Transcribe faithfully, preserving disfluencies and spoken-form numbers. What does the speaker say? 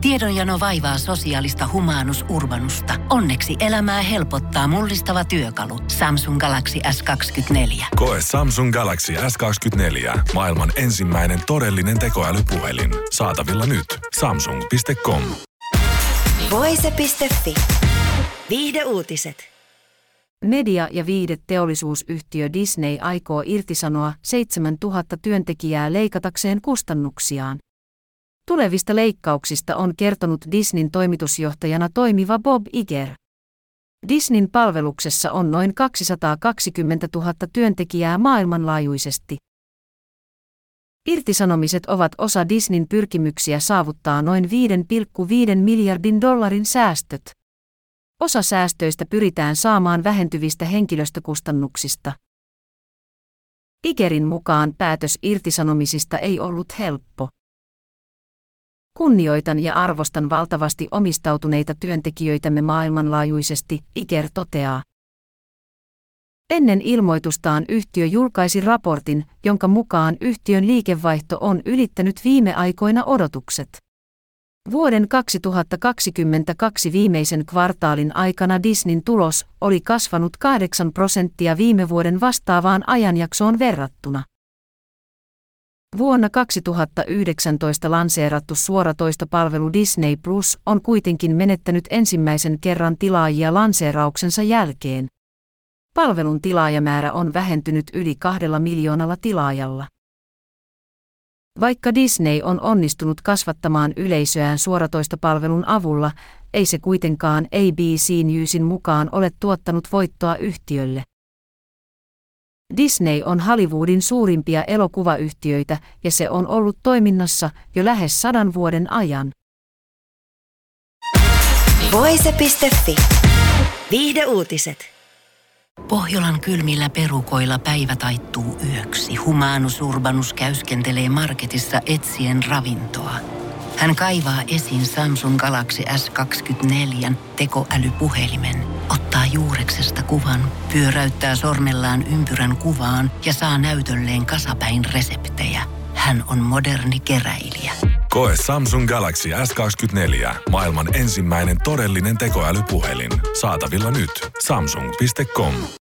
Tiedonjano vaivaa sosiaalista humanus urbanusta. Onneksi elämää helpottaa mullistava työkalu. Samsung Galaxy S kaksikymmentäneljä. Koe Samsung Galaxy S kaksikymmentäneljä. Maailman ensimmäinen todellinen tekoälypuhelin. Saatavilla nyt. Samsung piste com. Voise piste fi. Viihdeuutiset. Media- ja viihdeteollisuusyhtiö Disney aikoo irtisanoa seitsemäntuhatta työntekijää leikatakseen kustannuksiaan. Tulevista leikkauksista on kertonut Disneyn toimitusjohtajana toimiva Bob Iger. Disneyn palveluksessa on noin kaksisataakaksikymmentätuhatta työntekijää maailmanlaajuisesti. Irtisanomiset ovat osa Disneyn pyrkimyksiä saavuttaa noin viisi pilkku viisi miljardin dollarin säästöt. Osa säästöistä pyritään saamaan vähentyvistä henkilöstökustannuksista. Igerin mukaan päätös irtisanomisista ei ollut helppo. Kunnioitan ja arvostan valtavasti omistautuneita työntekijöitämme maailmanlaajuisesti, Iger toteaa. Ennen ilmoitustaan yhtiö julkaisi raportin, jonka mukaan yhtiön liikevaihto on ylittänyt viime aikoina odotukset. Vuoden kaksituhattakaksikymmentäkaksi viimeisen kvartaalin aikana Disneyn tulos oli kasvanut kahdeksan prosenttia viime vuoden vastaavaan ajanjaksoon verrattuna. Vuonna kaksituhattayhdeksäntoista lanseerattu suoratoistopalvelu Disney Plus on kuitenkin menettänyt ensimmäisen kerran tilaajia lanseerauksensa jälkeen. Palvelun tilaajamäärä on vähentynyt yli kahdella miljoonalla tilaajalla. Vaikka Disney on onnistunut kasvattamaan yleisöään suoratoistopalvelun avulla, ei se kuitenkaan A B C Newsin mukaan ole tuottanut voittoa yhtiölle. Disney on Hollywoodin suurimpia elokuvayhtiöitä ja se on ollut toiminnassa jo lähes sadan vuoden ajan. Voise piste fi. Viihdeuutiset. Pohjolan kylmillä perukoilla päivä taittuu yöksi. Humanus Urbanus käyskentelee marketissa etsien ravintoa. Hän kaivaa esiin Samsung Galaxy S kaksikymmentäneljä tekoälypuhelimen, ottaa juureksesta kuvan, pyöräyttää sormellaan ympyrän kuvaan ja saa näytölleen kasapäin reseptejä. Hän on moderni keräilijä. Koe Samsung Galaxy S kaksikymmentäneljä. Maailman ensimmäinen todellinen tekoälypuhelin. Saatavilla nyt. Samsung piste com.